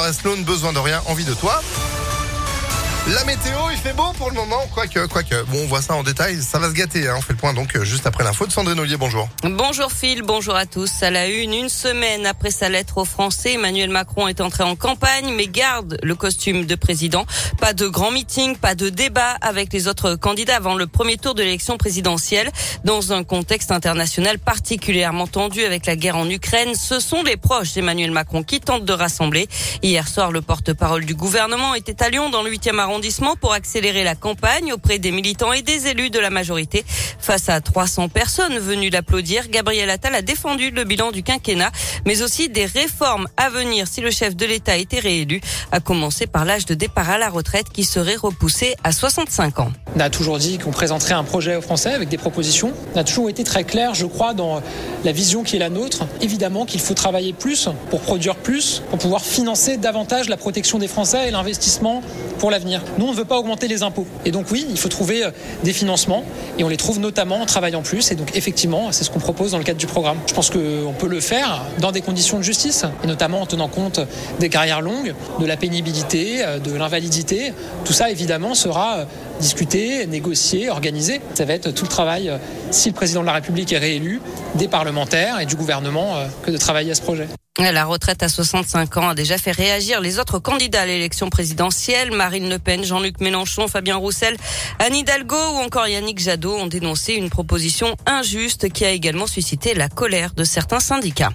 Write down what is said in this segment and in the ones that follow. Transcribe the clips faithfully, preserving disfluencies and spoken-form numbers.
Forest Lawn, besoin de rien, envie de toi. La météo, il fait beau pour le moment, quoique, quoique. Bon, on voit ça en détail, ça va se gâter. Hein. On fait le point donc juste après l'info de Sandrine Ollier. Bonjour. Bonjour Phil, bonjour à tous. À la une, une semaine après sa lettre aux Français, Emmanuel Macron est entré en campagne, mais garde le costume de président. Pas de grand meeting, pas de débat avec les autres candidats avant le premier tour de l'élection présidentielle. Dans un contexte international particulièrement tendu avec la guerre en Ukraine, ce sont les proches d'Emmanuel Macron qui tentent de rassembler. Hier soir, le porte-parole du gouvernement était à Lyon dans le huitième arrondissement pour accélérer la campagne auprès des militants et des élus de la majorité. Face à trois cents personnes venues l'applaudir, Gabriel Attal a défendu le bilan du quinquennat, mais aussi des réformes à venir si le chef de l'État était réélu, à commencer par l'âge de départ à la retraite qui serait repoussé à soixante-cinq ans. On a toujours dit qu'on présenterait un projet aux Français avec des propositions. On a toujours été très clair, je crois, dans la vision qui est la nôtre. Évidemment qu'il faut travailler plus pour produire plus, pour pouvoir financer davantage la protection des Français et l'investissement pour l'avenir. Nous, on ne veut pas augmenter les impôts. Et donc oui, il faut trouver des financements et on les trouve notamment en travaillant plus. Et donc effectivement, c'est ce qu'on propose dans le cadre du programme. Je pense qu'on peut le faire dans des conditions de justice et notamment en tenant compte des carrières longues, de la pénibilité, de l'invalidité. Tout ça, évidemment, sera discuté, négocié, organisé. Ça va être tout le travail, si le président de la République est réélu, des parlementaires et du gouvernement que de travailler à ce projet. La retraite à soixante-cinq ans a déjà fait réagir les autres candidats à l'élection présidentielle. Marine Le Pen, Jean-Luc Mélenchon, Fabien Roussel, Anne Hidalgo ou encore Yannick Jadot ont dénoncé une proposition injuste qui a également suscité la colère de certains syndicats.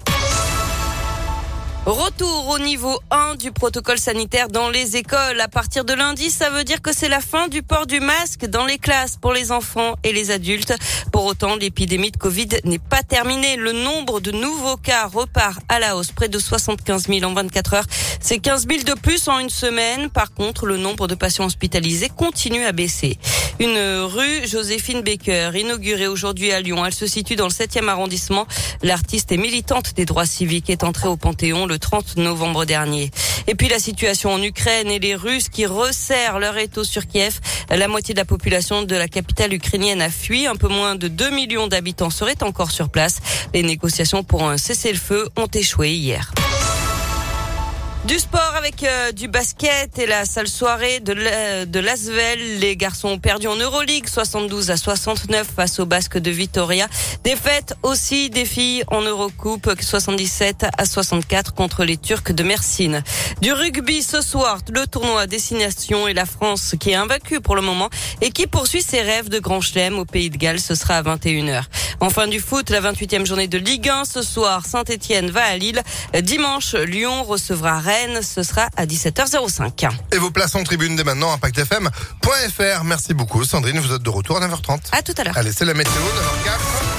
Retour au niveau un du protocole sanitaire dans les écoles. À partir de lundi, ça veut dire que c'est la fin du port du masque dans les classes pour les enfants et les adultes. Pour autant, l'épidémie de Covid n'est pas terminée. Le nombre de nouveaux cas repart à la hausse, près de soixante-quinze mille en vingt-quatre heures. C'est quinze mille de plus en une semaine. Par contre, le nombre de patients hospitalisés continue à baisser. Une rue Joséphine Baker, inaugurée aujourd'hui à Lyon. Elle se situe dans le septième arrondissement. L'artiste et militante des droits civiques est entrée au Panthéon le trente novembre dernier. Et puis la situation en Ukraine et les Russes qui resserrent leur étau sur Kiev. La moitié de la population de la capitale ukrainienne a fui. Un peu moins de deux millions d'habitants seraient encore sur place. Les négociations pour un cessez-le-feu ont échoué hier. Du sport avec euh, du basket et la sale soirée de, la, de l'Asvel. Les garçons ont perdu en Euroleague soixante-douze à soixante-neuf face aux Basques de Vitoria. Défaite aussi des filles en Eurocoupe soixante-dix-sept à soixante-quatre contre les Turcs de Mersin. Du rugby ce soir, le tournoi Destination et la France qui est invaincue pour le moment et qui poursuit ses rêves de grand chelem au Pays de Galles. Ce sera à vingt et une heures. Enfin du foot, la vingt-huitième journée de Ligue un. Ce soir, Saint-Etienne va à Lille. Dimanche, Lyon recevra Rennes. Ce sera à dix-sept heures cinq. Et vos places en tribune dès maintenant, impact f m point f r. Merci beaucoup Sandrine, vous êtes de retour à neuf heures trente. À tout à l'heure. Allez, c'est la météo, neuf heures quatre.